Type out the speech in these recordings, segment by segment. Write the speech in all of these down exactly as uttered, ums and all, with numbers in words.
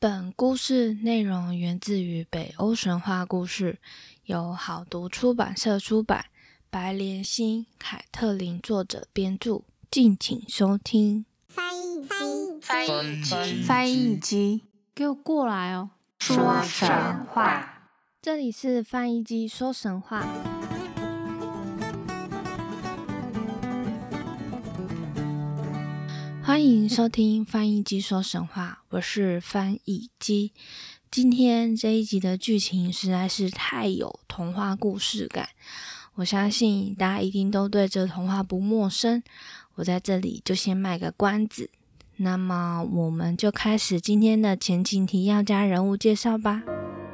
本故事内容源自于北欧神话故事，由好读出版社出版，白莲心、凯特琳作者编著，敬请收听。 翻译机， 翻译机， 翻译机，给我过来哦！ 说神话。 这里是翻译机说神话。欢迎收听翻译机说神话，我是翻译机。今天这一集的剧情实在是太有童话故事感，我相信大家一定都对这童话不陌生。我在这里就先卖个关子，那么我们就开始今天的前情提要加人物介绍吧。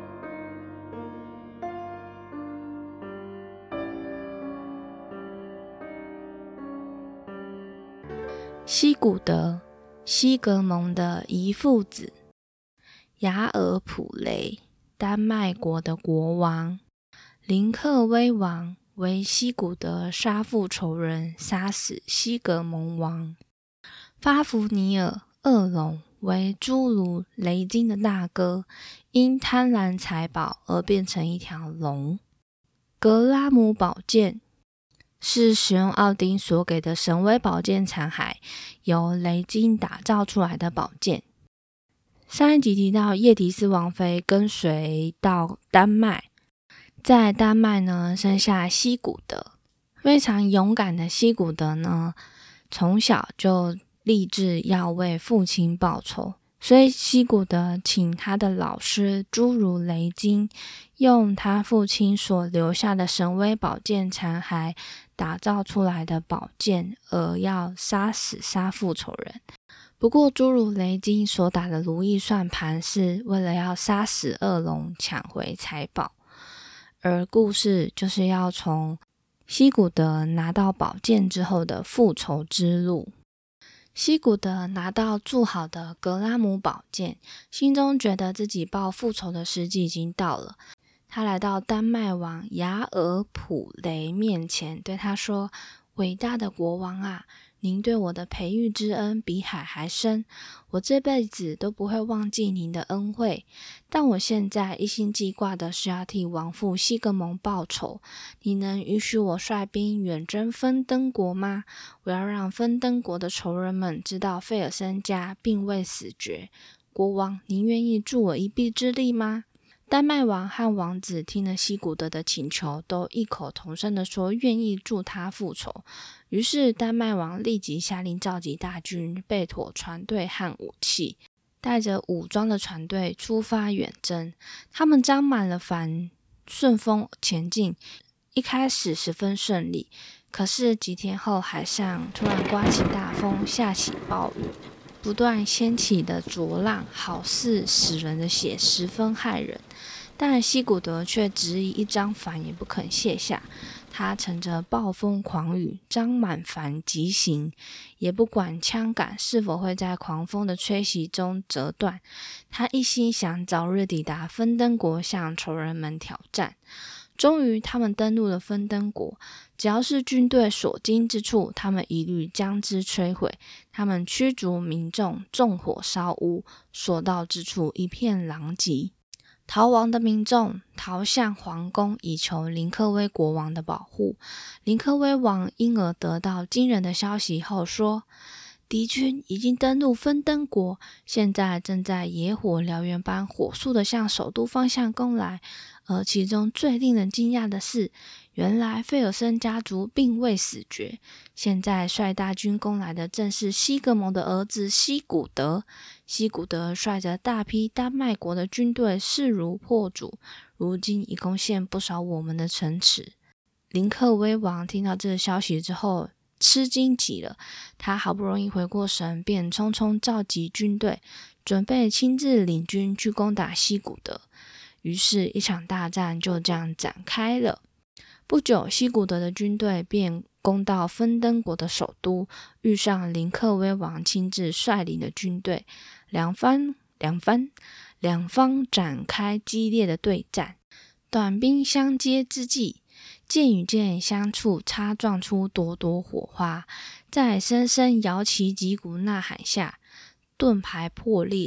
西古德，西格蒙的遗父子，雅尔普雷，丹麦国的国王。林克威王为西古德杀父仇人，杀死西格蒙王。发福尼尔，恶龙，为侏儒雷金的大哥，因贪婪财宝而变成一条龙。格拉姆宝剑是使用奥丁所给的神威宝剑残骸，由雷金打造出来的宝剑。上一集提到叶迪斯王妃跟随到丹麦，在丹麦呢生下西古德。非常勇敢的西古德呢，从小就立志要为父亲报仇，所以西古德请他的老师侏儒雷金用他父亲所留下的神威宝剑残骸打造出来的宝剑，而要杀死杀父仇人。不过侏儒雷金所打的如意算盘是为了要杀死恶龙，抢回财宝，而故事就是要从西古德拿到宝剑之后的复仇之路。西古德拿到铸好的格拉姆宝剑，心中觉得自己报复仇的时机已经到了。他来到丹麦王雅尔普雷面前，对他说：伟大的国王啊，您对我的培育之恩比海还深，我这辈子都不会忘记您的恩惠。但我现在一心记挂的是要替亡父西格蒙报仇，你能允许我率兵远征芬登国吗？我要让芬登国的仇人们知道费尔森家并未死绝。国王，您愿意助我一臂之力吗？丹麦王和王子听了西古德的请求，都异口同声地说愿意助他复仇。于是丹麦王立即下令召集大军，备妥船队和武器，带着武装的船队出发远征。他们张满了帆，顺风前进，一开始十分顺利，可是几天后海上突然刮起大风，下起暴雨，不断掀起的浊浪好似死人的血，十分骇人。但西古德却执意一张帆也不肯卸下，他乘着暴风狂雨张满帆疾行，也不管枪杆是否会在狂风的吹袭中折断。他一心想早日抵达芬登国，向仇人们挑战。终于他们登陆了芬登国，只要是军队所经之处，他们一律将之摧毁。他们驱逐民众，纵火烧屋，所到之处一片狼藉。逃亡的民众逃向皇宫，以求林克威国王的保护。林克威王因而得到惊人的消息后说，敌军已经登陆芬登国，现在正在野火燎原般火速地向首都方向攻来。而其中最令人惊讶的是，原来费尔森家族并未死绝，现在率大军攻来的正是西格蒙的儿子西古德。西古德率着大批丹麦国的军队势如破竹，如今已攻陷不少我们的城池。林克威王听到这个消息之后吃惊极了，他好不容易回过神，便匆匆召集军队，准备亲自领军去攻打西古德。于是一场大战就这样展开了。不久，西古德的军队便攻到芬登国的首都，遇上林克威王亲自率领的军队，两方两方两方展开激烈的对战。短兵相接之际，剑与剑相触，擦撞出朵朵火花，在声声摇旗击鼓呐喊下，盾牌破裂，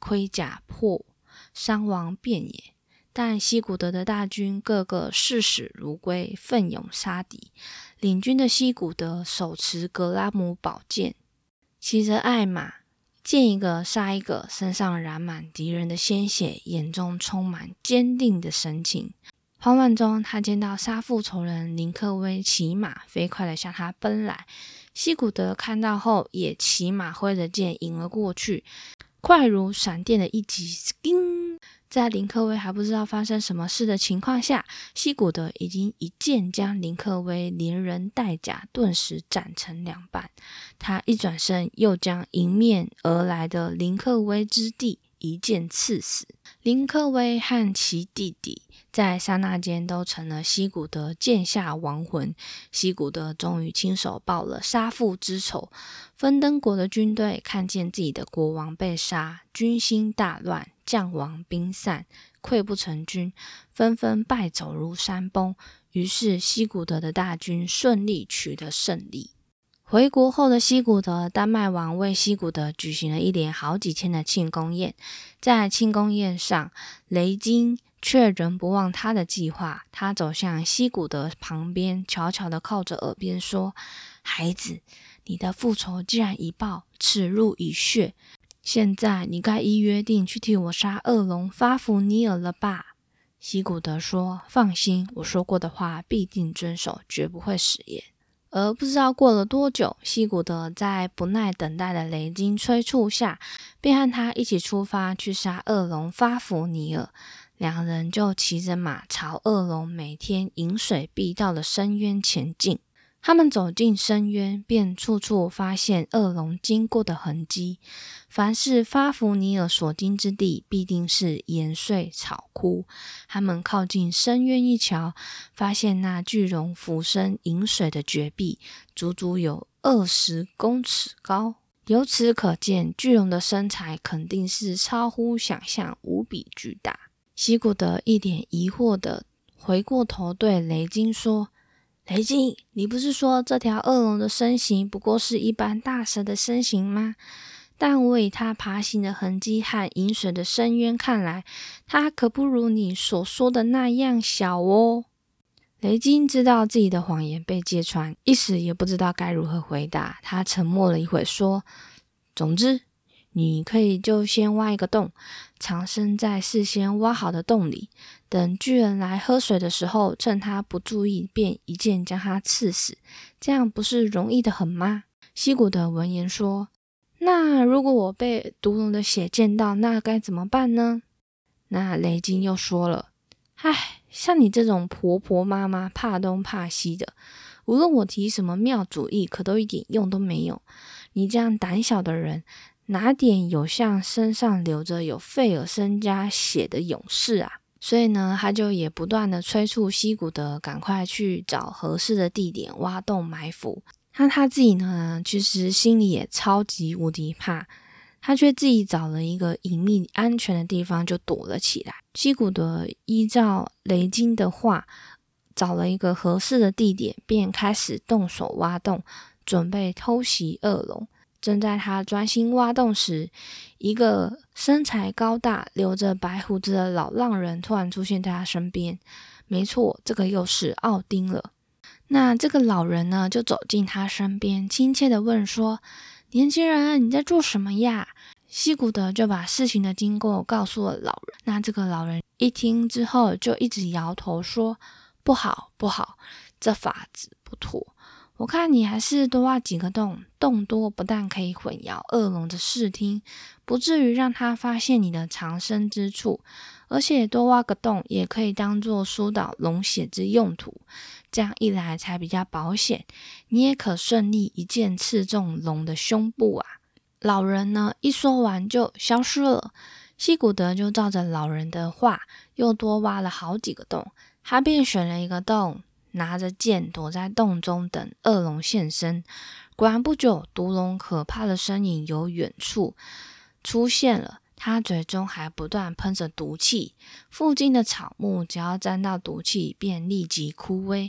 盔甲破，伤亡遍野。但西古德的大军个个视死如归，奋勇杀敌。领军的西古德手持格拉姆宝剑，骑着爱马，见一个杀一个，身上染满敌人的鲜血，眼中充满坚定的神情。慌乱中，他见到杀父仇人林克威骑马飞快地向他奔来，西古德看到后也骑马挥着剑迎了过去，快如闪电的一击，叮！在林克威还不知道发生什么事的情况下，西古德已经一剑将林克威连人带甲顿时斩成两半。他一转身，又将迎面而来的林克威之弟一剑刺死。林克威和其弟弟在刹那间都成了西古德剑下亡魂。西古德终于亲手报了杀父之仇。芬登国的军队看见自己的国王被杀，军心大乱，将亡兵散，溃不成军，纷纷败走如山崩。于是西古德的大军顺利取得胜利。回国后的西古德，丹麦王为西古德举行了一连好几天的庆功宴。在庆功宴上，雷金却仍不忘他的计划。他走向西古德旁边，悄悄地靠着耳边说：“孩子，你的复仇既然已报，此路已雪，现在你该依约定去替我杀恶龙发福尼尔了吧？”西古德说：“放心，我说过的话必定遵守，绝不会食言。”而不知道过了多久，西古德在不耐等待的雷金催促下，便和他一起出发去杀恶龙发福尼尔。两人就骑着马朝恶龙每天饮水必到的深渊前进。他们走进深渊，便处处发现恶龙经过的痕迹。凡是发福尼尔所经之地，必定是盐穗草枯。他们靠近深渊一瞧，发现那巨龙俯身饮水的绝壁，足足有二十公尺高。由此可见，巨龙的身材肯定是超乎想象，无比巨大。西古德一脸疑惑地回过头对雷金说：“雷金，你不是说这条恶龙的身形不过是一般大蛇的身形吗？但我以它爬行的痕迹和饮水的深渊看来，它可不如你所说的那样小哦。”雷金知道自己的谎言被揭穿，一时也不知道该如何回答。他沉默了一会说：“总之，你可以就先挖一个洞，藏身在事先挖好的洞里，等巨人来喝水的时候，趁他不注意便一剑将他刺死，这样不是容易的很吗？”西古德闻言说：“那如果我被毒龙的血溅到，那该怎么办呢？”那雷金又说了：“唉，像你这种婆婆妈妈怕东怕西的，无论我提什么妙主意，可都一点用都没有。你这样胆小的人，哪点有像身上流着有费尔森家血的勇士啊？”所以呢，他就也不断的催促西古德赶快去找合适的地点挖洞埋伏。那他自己呢，其实心里也超级无敌怕，他却自己找了一个隐秘安全的地方就躲了起来。西古德依照雷金的话，找了一个合适的地点，便开始动手挖洞，准备偷袭恶龙。正在他专心挖洞时，一个身材高大、留着白胡子的老浪人突然出现在他身边。没错，这个又是奥丁了。那这个老人呢，就走进他身边，亲切地问说：“年轻人，你在做什么呀？”西古德就把事情的经过告诉了老人。那这个老人一听之后，就一直摇头说：“不好，不好，这法子不妥。我看你还是多挖几个洞，洞多不但可以混淆恶龙的视听，不至于让他发现你的藏身之处，而且多挖个洞也可以当作疏导龙血之用途，这样一来才比较保险，你也可顺利一剑刺中龙的胸部啊。”老人呢，一说完就消失了。西古德就照着老人的话，又多挖了好几个洞，他便选了一个洞，拿着剑躲在洞中等恶龙现身。果然不久，毒龙可怕的身影由远处出现了，他嘴中还不断喷着毒气，附近的草木只要沾到毒气便立即枯萎，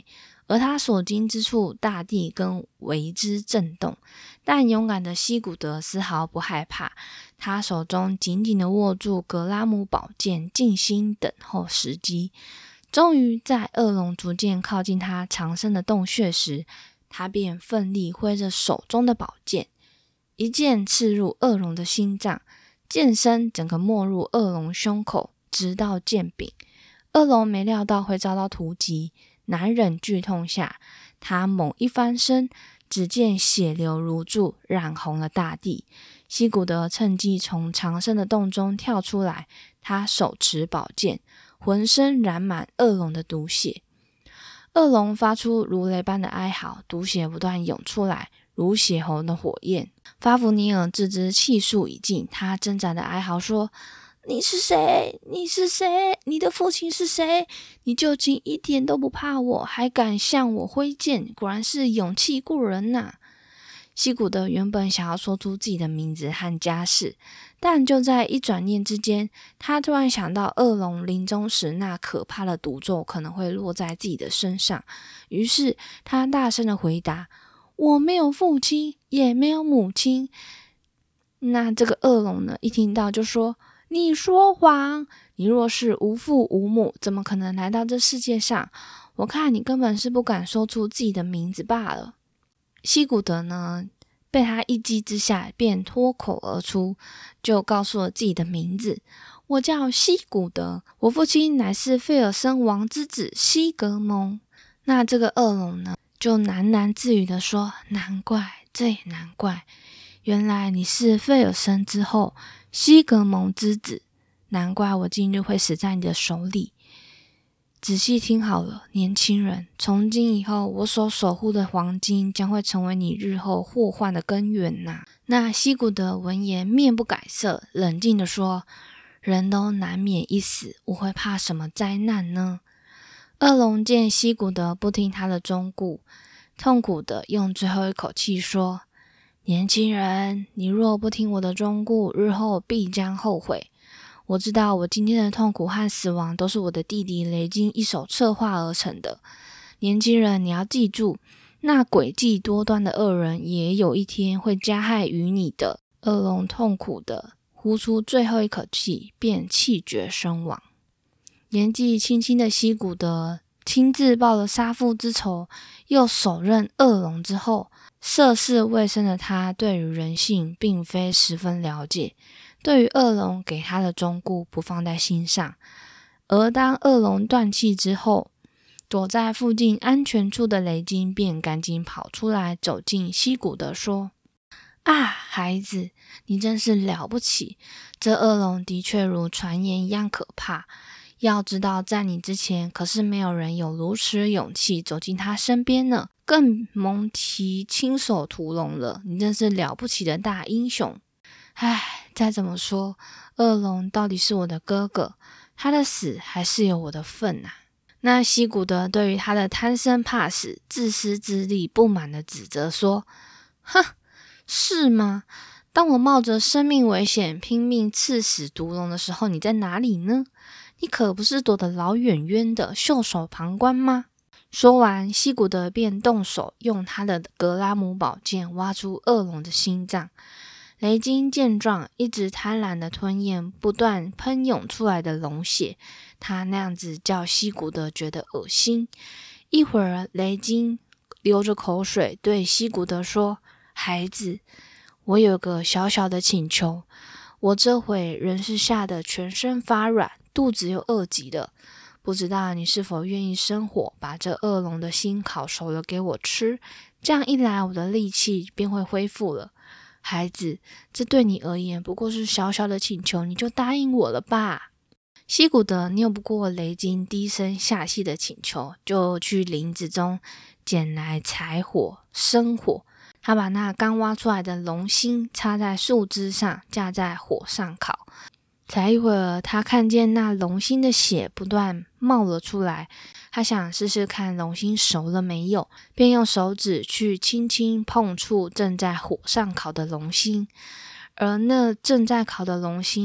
而他所经之处，大地更为之震动。但勇敢的西古德丝毫不害怕，他手中紧紧地握住格拉姆宝剑，静心等候时机。终于在恶龙逐渐靠近他藏身的洞穴时，他便奋力挥着手中的宝剑，一剑刺入恶龙的心脏，剑身整个没入恶龙胸口，直到剑柄。恶龙没料到会遭到突击，难忍剧痛下，他猛一翻身，只见血流如注，染红了大地。西古德趁机从藏身的洞中跳出来，他手持宝剑，浑身染满恶龙的毒血。恶龙发出如雷般的哀嚎，毒血不断涌出来，如血红的火焰。法弗尼尔自知气数已尽，他挣扎的哀嚎说：你是谁？你是谁？你的父亲是谁？你究竟一点都不怕我，还敢向我挥剑，果然是勇气过人呐！西古德原本想要说出自己的名字和家世，但就在一转念之间，他突然想到恶龙临终时那可怕的毒咒可能会落在自己的身上，于是他大声的回答：我没有父亲，也没有母亲。那这个恶龙呢，一听到就说：你说谎！你若是无父无母，怎么可能来到这世界上？我看你根本是不敢说出自己的名字罢了。西古德呢，被他一击之下，便脱口而出，就告诉了自己的名字：我叫西古德，我父亲乃是费尔森王之子西格蒙。那这个恶龙呢，就喃喃自语的说：难怪，这也难怪，原来你是费尔森之后西格蒙之子，难怪我今日会死在你的手里。仔细听好了，年轻人，从今以后，我所守护的黄金将会成为你日后祸患的根源呐、啊。那西古德闻言面不改色，冷静地说：人都难免一死，我会怕什么灾难呢？恶龙见西古德不听他的忠告，痛苦地用最后一口气说：年轻人，你若不听我的忠告，日后必将后悔。我知道我今天的痛苦和死亡都是我的弟弟雷金一手策划而成的。年轻人，你要记住，那诡计多端的恶人也有一天会加害于你的。恶龙痛苦地呼出最后一口气，便气绝身亡。年纪轻轻的西古德亲自报了杀父之仇，又手刃恶龙之后，涉世未深的他对于人性并非十分了解，对于恶龙给他的忠告不放在心上。而当恶龙断气之后，躲在附近安全处的雷金便赶紧跑出来，走进西古德说：啊，孩子，你真是了不起，这恶龙的确如传言一样可怕。要知道，在你之前可是没有人有如此勇气走进他身边呢，更蒙其亲手屠龙了。你真是了不起的大英雄。唉，再怎么说，恶龙到底是我的哥哥，他的死还是有我的份啊。那西古德对于他的贪生怕死、自私自利不满的指责说：哼，是吗？当我冒着生命危险拼命刺死毒龙的时候，你在哪里呢？你可不是躲得老远远的，袖手旁观吗？说完，西古德便动手用他的格拉姆宝剑挖出恶龙的心脏。雷金见状，一直贪婪地吞咽不断喷涌出来的龙血，他那样子叫西古德觉得恶心。一会儿，雷金流着口水对西古德说：孩子，我有个小小的请求，我这会人是吓得全身发软，肚子又饿极了，不知道你是否愿意生火，把这恶龙的心烤熟了给我吃，这样一来我的力气便会恢复了。孩子，这对你而言不过是小小的请求，你就答应我了吧。西古德拗不过雷金低声下气的请求，就去林子中捡来柴火生火，他把那刚挖出来的龙心插在树枝上，架在火上烤。才一会儿，他看见那龙心的血不断冒了出来，他想试试看龙心熟了没有，便用手指去轻轻碰触正在火上烤的龙心。而那正在烤的龙心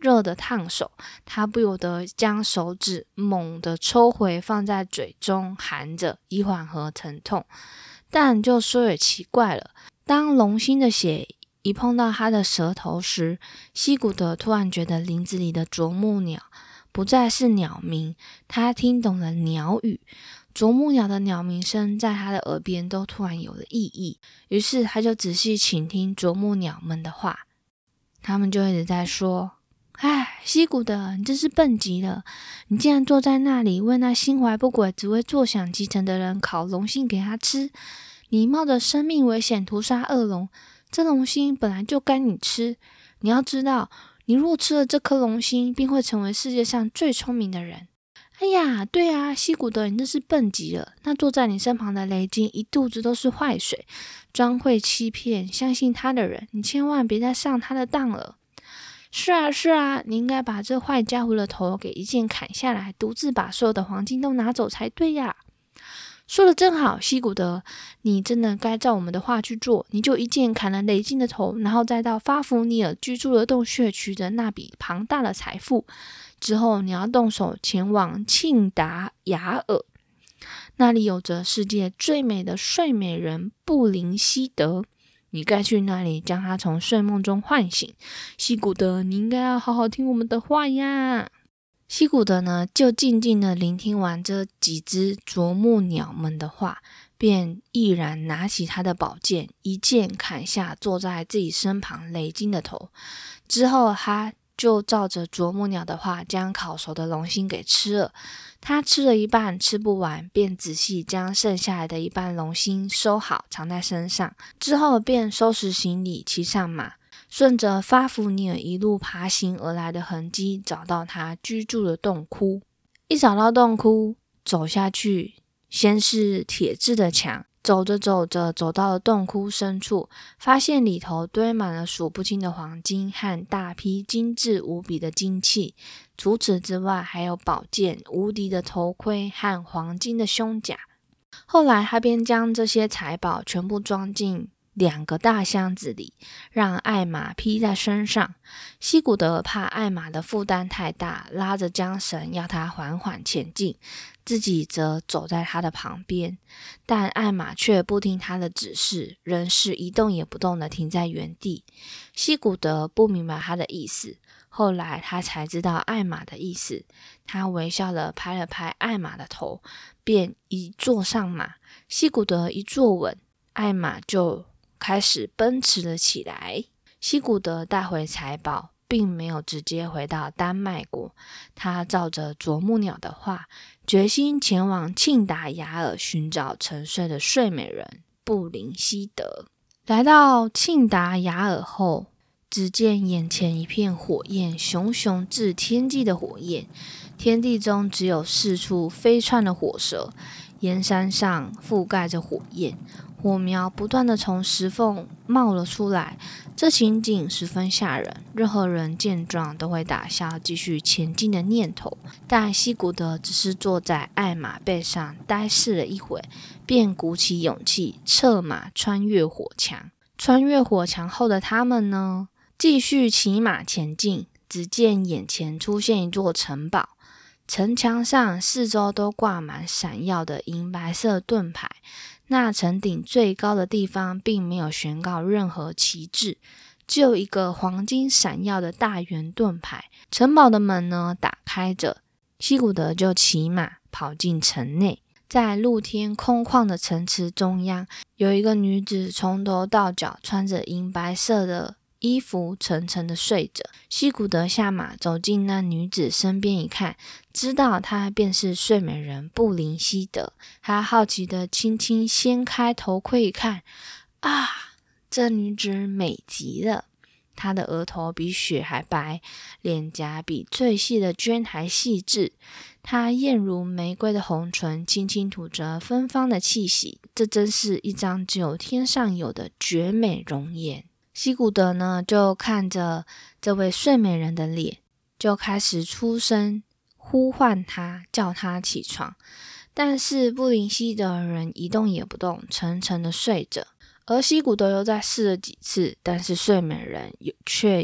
热得烫手，他不由得将手指猛地抽回放在嘴中含着，以缓和疼痛。但就说也奇怪了，当龙星的血一碰到他的舌头时，西古德突然觉得林子里的啄木鸟不再是鸟鸣，他听懂了鸟语。啄木鸟的鸟鸣声在他的耳边都突然有了意义，于是他就仔细倾听啄木鸟们的话。他们就一直在说，唉，西古德，你真是笨极了，你竟然坐在那里为那心怀不轨只为坐享其成的人烤龙心给他吃，你冒着生命危险屠杀恶龙，这龙心本来就该你吃，你要知道，你若吃了这颗龙心，便会成为世界上最聪明的人。哎呀，对啊，西古德，你真是笨极了。那坐在你身旁的雷金一肚子都是坏水，专会欺骗相信他的人，你千万别再上他的当了。是啊是啊，你应该把这坏家伙的头给一剑砍下来，独自把所有的黄金都拿走才对呀。说得真好，西古德，你真的该照我们的话去做，你就一剑砍了雷金的头，然后再到发福尼尔居住的洞穴取得那笔庞大的财富。之后你要动手前往庆达雅尔，那里有着世界最美的睡美人布林希德，你该去那里将她从睡梦中唤醒。西古德，你应该要好好听我们的话呀。西古德呢，就静静的聆听完这几只啄木鸟们的话，便毅然拿起他的宝剑，一剑砍下坐在自己身旁雷金的头。之后他就照着啄木鸟的话，将烤熟的龙心给吃了。他吃了一半，吃不完，便仔细将剩下来的一半龙心收好，藏在身上。之后便收拾行李，骑上马，顺着发福尼尔一路爬行而来的痕迹，找到他居住的洞窟。一找到洞窟，走下去，先是铁质的墙，走着走着，走到了洞窟深处，发现里头堆满了数不清的黄金和大批精致无比的金器。除此之外，还有宝剑、无敌的头盔和黄金的胸甲。后来他便将这些财宝全部装进两个大箱子里，让艾玛披在身上。西古德怕艾玛的负担太大，拉着缰绳要她缓缓前进，自己则走在她的旁边。但艾玛却不听他的指示，仍是一动也不动地停在原地。西古德不明白他的意思，后来他才知道艾玛的意思。他微笑地拍了拍艾玛的头，便一坐上马。西古德一坐稳，艾玛就开始奔驰了起来。西古德带回财宝，并没有直接回到丹麦国，他照着啄木鸟的话，决心前往庆达雅尔寻找沉睡的睡美人布林希德。来到庆达雅尔后，只见眼前一片火焰，熊熊至天际的火焰，天地中只有四处飞窜的火舌，岩山上覆盖着火焰，火苗不断地从石缝冒了出来，这情景十分吓人，任何人见状都会打消继续前进的念头。但西古德只是坐在艾玛背上呆视了一会，便鼓起勇气策马穿越火墙。穿越火墙后的他们呢，继续骑马前进，只见眼前出现一座城堡，城墙上四周都挂满闪耀的银白色盾牌，那城顶最高的地方并没有悬挂任何旗帜，只有一个黄金闪耀的大圆盾牌。城堡的门呢打开着，西古德就骑马跑进城内。在露天空旷的城池中央，有一个女子从头到脚穿着银白色的衣服沉沉的睡着。西古德下马走进那女子身边一看，知道她便是睡美人布林希德。他好奇的轻轻掀开头盔一看，啊，这女子美极了。她的额头比雪还白，脸颊比最细的绢还细致，她艳如玫瑰的红唇轻轻吐着芬芳的气息，这真是一张只有天上有的绝美容颜。西古德呢，就看着这位睡美人的脸，就开始出声呼唤她，叫她起床。但是布林希德人一动也不动，沉沉的睡着。而西古德又再试了几次，但是睡美人却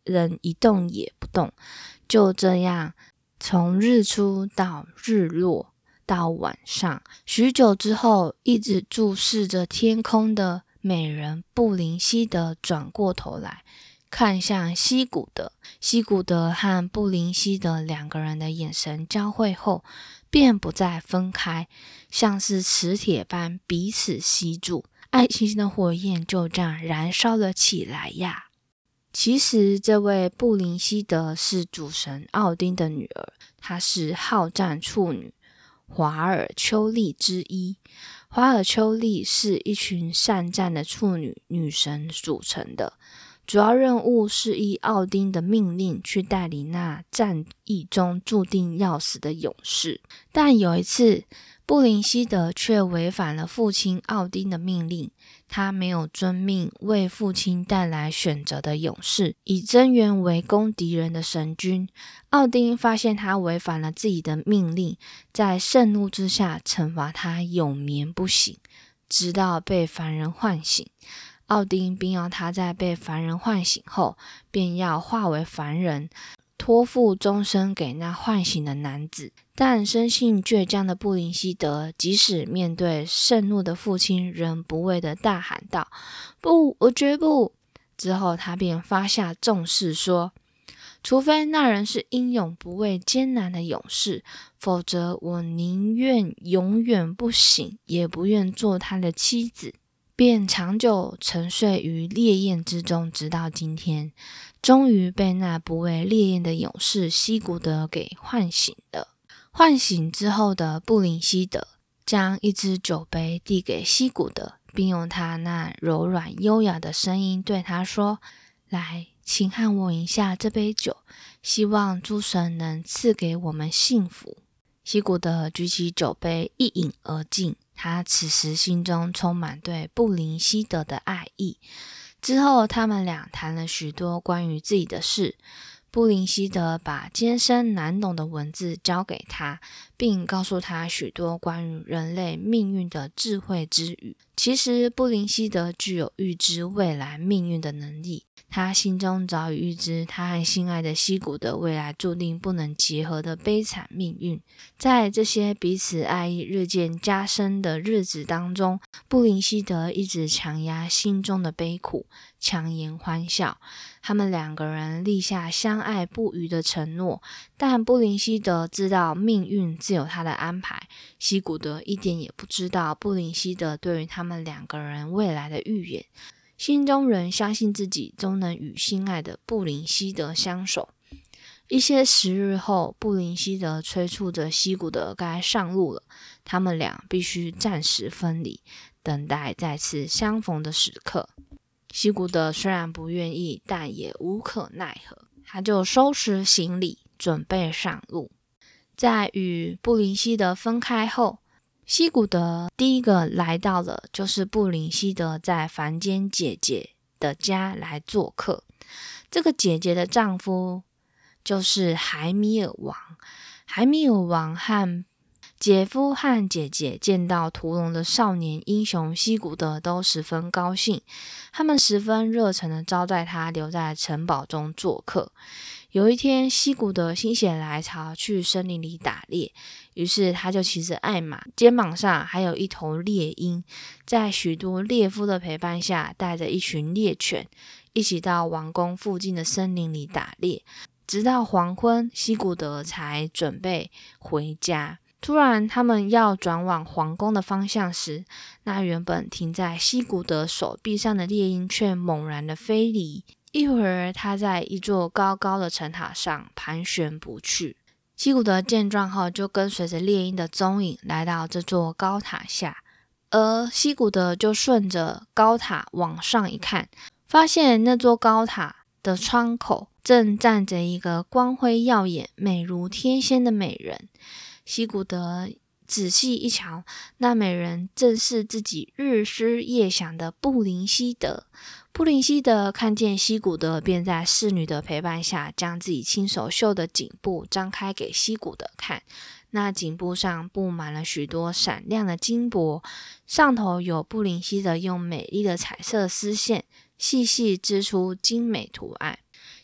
人一动也不动。就这样，从日出到日落到晚上，许久之后，一直注视着天空的美人布林希德转过头来，看向西古德。西古德和布林希德两个人的眼神交汇后，便不再分开，像是磁铁般彼此吸住。爱情的火焰就这样燃烧了起来呀！其实这位布林希德是主神奥丁的女儿，她是好战处女华尔丘利之一。华尔丘利是一群善战的处女女神组成的，主要任务是依奥丁的命令去带领那战役中注定要死的勇士。但有一次，布林希德却违反了父亲奥丁的命令，他没有遵命为父亲带来选择的勇士，以增援围攻敌人的神军。奥丁发现他违反了自己的命令，在盛怒之下惩罚他永眠不醒，直到被凡人唤醒。奥丁并要他在被凡人唤醒后，便要化为凡人，托付终身给那唤醒的男子。但生性倔强的布林希德，即使面对盛怒的父亲，仍不畏地大喊道：不，我绝不！之后他便发下重誓说，除非那人是英勇不畏艰难的勇士，否则我宁愿永远不醒，也不愿做他的妻子。便长久沉睡于烈焰之中，直到今天，终于被那不畏烈焰的勇士西古德给唤醒了。唤醒之后的布林希德将一只酒杯递给西古德，并用他那柔软优雅的声音对他说：来，请和我饮下这杯酒，希望诸神能赐给我们幸福。西古德举起酒杯一饮而尽，他此时心中充满对布林希德的爱意。之后他们俩谈了许多关于自己的事。布林希德把艰深难懂的文字交给他，并告诉他许多关于人类命运的智慧之语。其实布林希德具有预知未来命运的能力，他心中早已预知他和心爱的西古德未来注定不能结合的悲惨命运。在这些彼此爱意日渐加深的日子当中，布林希德一直强压心中的悲苦，强颜欢笑。他们两个人立下相爱不渝的承诺，但布林希德知道命运自有他的安排，西古德一点也不知道布林希德对于他们两个人未来的预言，心中仍相信自己终能与心爱的布林希德相守。一些时日后，布林希德催促着西古德该上路了，他们俩必须暂时分离，等待再次相逢的时刻。西古德虽然不愿意，但也无可奈何，他就收拾行李，准备上路。在与布林希德分开后，西古德第一个来到了就是布林希德在凡间姐姐的家来做客。这个姐姐的丈夫就是海米尔王。海米尔王和姐夫和姐姐见到屠龙的少年英雄西古德都十分高兴，他们十分热诚地招待他留在城堡中做客。有一天，西古德心血来潮去森林里打猎，于是他就骑着爱马，肩膀上还有一头猎鹰，在许多猎夫的陪伴下，带着一群猎犬，一起到王宫附近的森林里打猎。直到黄昏，西古德才准备回家。突然，他们要转往皇宫的方向时，那原本停在西古德手臂上的猎鹰却猛然的飞离。一会儿，他在一座高高的城塔上盘旋不去。西古德见状后，就跟随着猎鹰的踪影来到这座高塔下，而西古德就顺着高塔往上一看，发现那座高塔的窗口正站着一个光辉耀眼、美如天仙的美人。西古德仔细一瞧，那美人正是自己日思夜想的布林希德。布林希德看见西古德，便在侍女的陪伴下，将自己亲手绣的锦布张开给西古德看。那锦布上布满了许多闪亮的金箔，上头有布林希德用美丽的彩色丝线细细织出精美图案。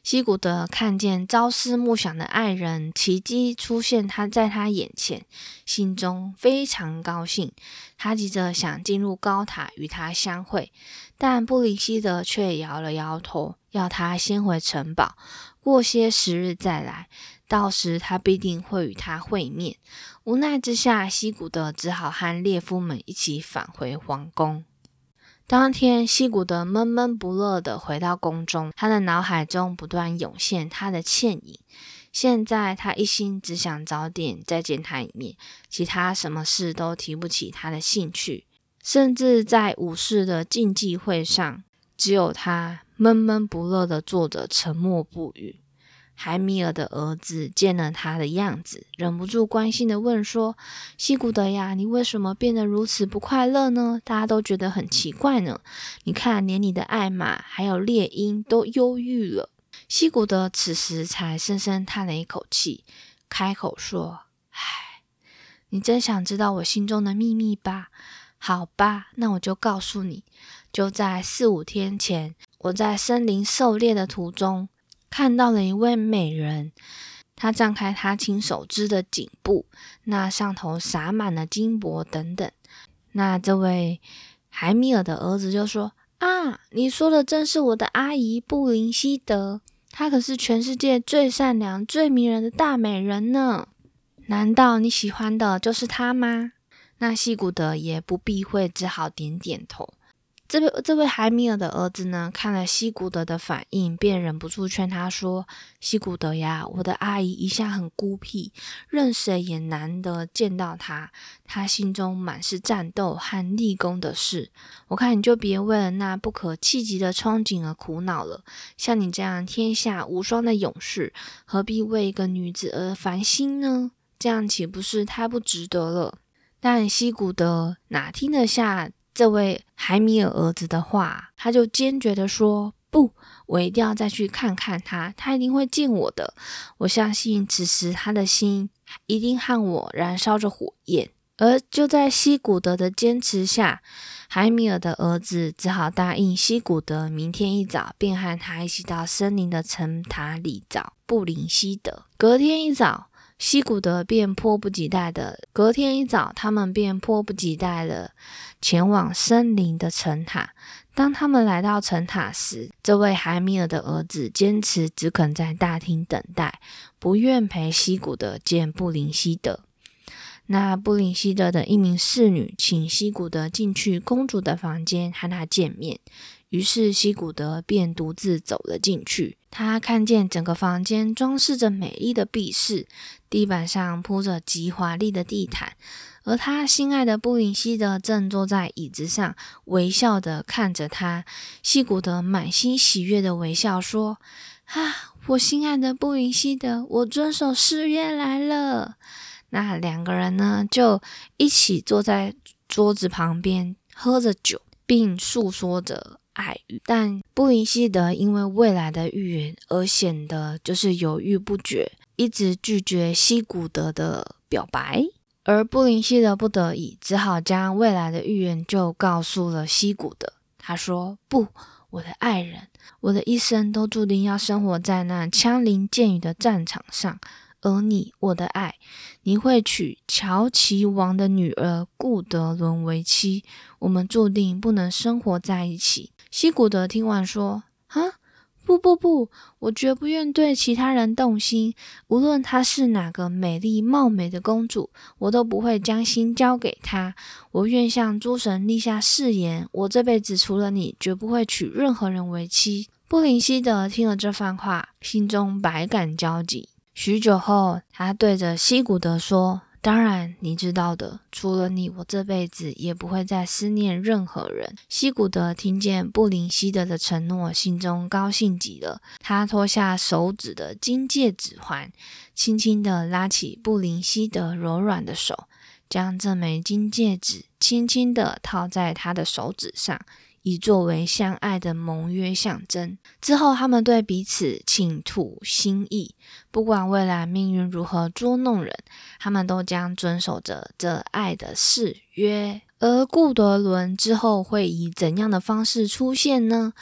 西古德看见朝思暮想的爱人奇迹出现他在他眼前，心中非常高兴。他急着想进入高塔与他相会，但布林希德却摇了摇头，要他先回城堡，过些时日再来，到时他必定会与他会面。无奈之下，西古德只好和列夫们一起返回皇宫。当天，西古德闷闷不乐地回到宫中，他的脑海中不断涌现他的倩影。现在他一心只想早点再见他一面，其他什么事都提不起他的兴趣。甚至在武士的竞技会上，只有他闷闷不乐地坐着，沉默不语。海米尔的儿子见了他的样子，忍不住关心地问说：西古德呀，你为什么变得如此不快乐呢？大家都觉得很奇怪呢。你看，连你的爱马还有猎鹰都忧郁了。西古德此时才深深叹了一口气，开口说：唉，你真想知道我心中的秘密吧？好吧，那我就告诉你。就在四五天前，我在森林狩猎的途中，看到了一位美人，她张开她亲手织的颈部，那上头洒满了金箔等等。那这位海米尔的儿子就说：啊，你说的正是我的阿姨布林希德，她可是全世界最善良最迷人的大美人呢。难道你喜欢的就是她吗？那西古德也不避讳，只好点点头。这位这位海米尔的儿子呢，看了西古德的反应，便忍不住劝他说：西古德呀，我的阿姨一向很孤僻，任谁也难得见到她，她心中满是战斗和立功的事。我看你就别为了那不可企及的憧憬而苦恼了。像你这样天下无双的勇士，何必为一个女子而烦心呢？这样岂不是太不值得了？但西古德哪听得下这位海米尔儿子的话，他就坚决地说：不，我一定要再去看看他，他一定会见我的。我相信此时他的心一定和我燃烧着火焰。而就在西古德的坚持下，海米尔的儿子只好答应西古德，明天一早便和他一起到森林的城塔里找布林希德。隔天一早，西古德便迫不及待的，隔天一早，他们便迫不及待的前往森林的城塔。当他们来到城塔时，这位海米尔的儿子坚持只肯在大厅等待，不愿陪西古德见布林希德。那布林希德的一名侍女请西古德进去公主的房间和她见面，于是西古德便独自走了进去。他看见整个房间装饰着美丽的壁饰，地板上铺着极华丽的地毯，而他心爱的布林希德正坐在椅子上，微笑地看着他。西古德满心喜悦的微笑说：啊，我心爱的布林希德，我遵守誓约来了。那两个人呢，就一起坐在桌子旁边，喝着酒，并诉说着爱语。但布林希德因为未来的预言而显得就是犹豫不决，一直拒绝西古德的表白。而布林希德不得已，只好将未来的预言就告诉了西古德。他说：不，我的爱人，我的一生都注定要生活在那枪林箭雨的战场上，而你，我的爱，你会娶乔奇王的女儿顾德伦为妻，我们注定不能生活在一起。西古德听完说：啊，不不不，我绝不愿对其他人动心，无论她是哪个美丽貌美的公主，我都不会将心交给她。我愿向诸神立下誓言，我这辈子除了你，绝不会娶任何人为妻。布林希德听了这番话，心中百感交集。许久后，他对着西古德说：当然，你知道的，除了你，我这辈子也不会再思念任何人。西古德听见布林希德的承诺，心中高兴极了。他脱下手指的金戒指环，轻轻地拉起布林希德柔软的手，将这枚金戒指轻轻地套在他的手指上，以作为相爱的盟约象征。之后他们对彼此倾吐心意，不管未来命运如何捉弄人，他们都将遵守着这爱的誓约。而顾德伦之后会以怎样的方式出现呢？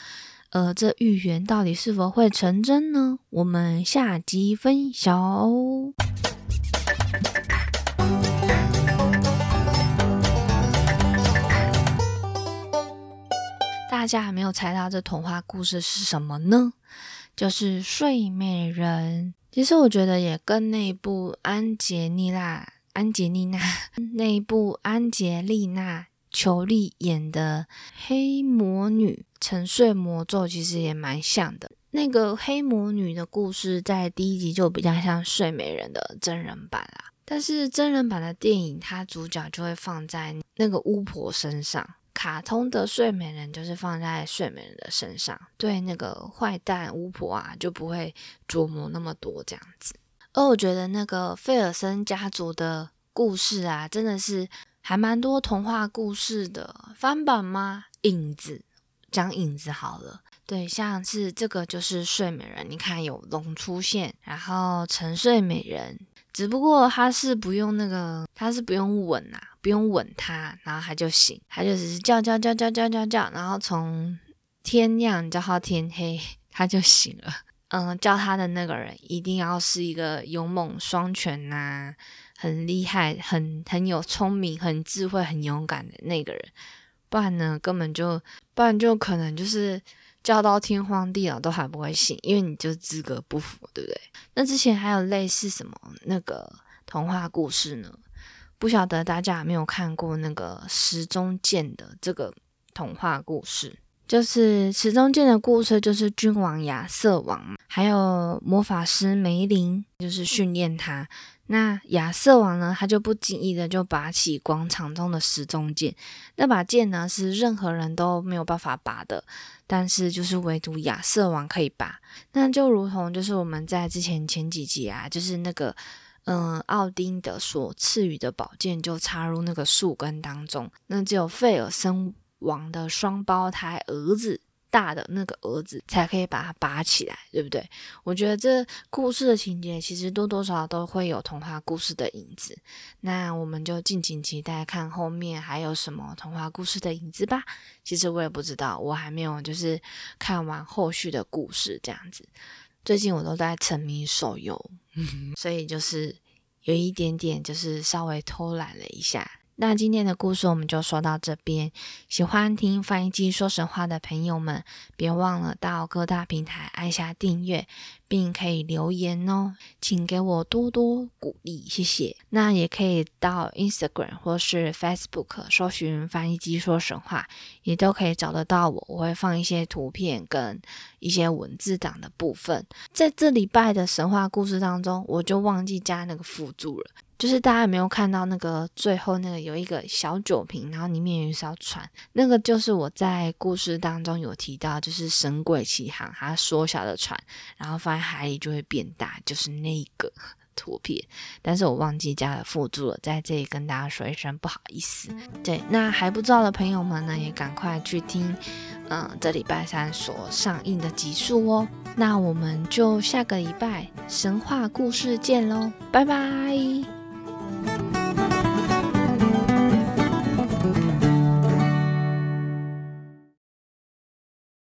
而这预言到底是否会成真呢？我们下集分晓。大家还没有猜到这童话故事是什么呢？就是睡美人。其实我觉得也跟那一部安杰丽娜安杰丽娜那一部安杰丽娜裘丽演的黑魔女沉睡魔咒其实也蛮像的。那个黑魔女的故事在第一集就比较像睡美人的真人版啦，但是真人版的电影它主角就会放在那个巫婆身上，卡通的睡美人就是放在睡美人的身上，对那个坏蛋巫婆啊就不会琢磨那么多这样子。而我觉得那个费尔森家族的故事啊，真的是还蛮多童话故事的翻版吗？影子，讲影子好了。对，像是这个就是睡美人，你看有龙出现，然后沉睡美人，只不过他是不用那个，他是不用吻啊，不用吻他，然后他就醒，他就只是叫叫叫叫叫叫叫，然后从天亮叫到天黑，他就醒了。嗯，叫他的那个人一定要是一个勇猛双全啊，很厉害，很很有聪明，很智慧，很勇敢的那个人，不然呢，根本就，不然就可能就是叫到天荒地老都还不会醒，因为你就资格不符，对不对？那之前还有类似什么那个童话故事呢？不晓得大家有没有看过那个石中剑的这个童话故事？就是石中剑的故事，就是君王亚瑟王嘛，还有魔法师梅林，就是训练他。那亚瑟王呢，他就不经意的就拔起广场中的石中剑。那把剑呢，是任何人都没有办法拔的，但是就是唯独亚瑟王可以拔。那就如同就是我们在之前前几集啊，就是那个嗯，奥丁的所赐予的宝剑就插入那个树根当中，那只有费尔森王的双胞胎儿子大的那个儿子才可以把它拔起来，对不对？我觉得这故事的情节其实多多少少都会有童话故事的影子，那我们就敬请期待看后面还有什么童话故事的影子吧。其实我也不知道，我还没有就是看完后续的故事这样子。最近我都在沉迷手游所以就是有一点点就是稍微偷懒了一下。那今天的故事我们就说到这边，喜欢听翻译机说神话的朋友们，别忘了到各大平台按下订阅，并可以留言哦，请给我多多鼓励，谢谢。那也可以到 Instagram 或是 Facebook 搜寻翻译机说神话，也都可以找得到我，我会放一些图片跟一些文字档的部分。在这礼拜的神话故事当中，我就忘记加那个辅助了，就是大家有没有看到那个最后那个有一个小酒瓶，然后里面有一艘船，那个就是我在故事当中有提到，就是神鬼奇航它缩小的船，然后放在海里就会变大，就是那个图片，但是我忘记加了附注了，在这里跟大家说一声不好意思。对，那还不知道的朋友们呢，也赶快去听嗯，这礼拜三所上映的集数哦。那我们就下个礼拜神话故事见咯，拜拜。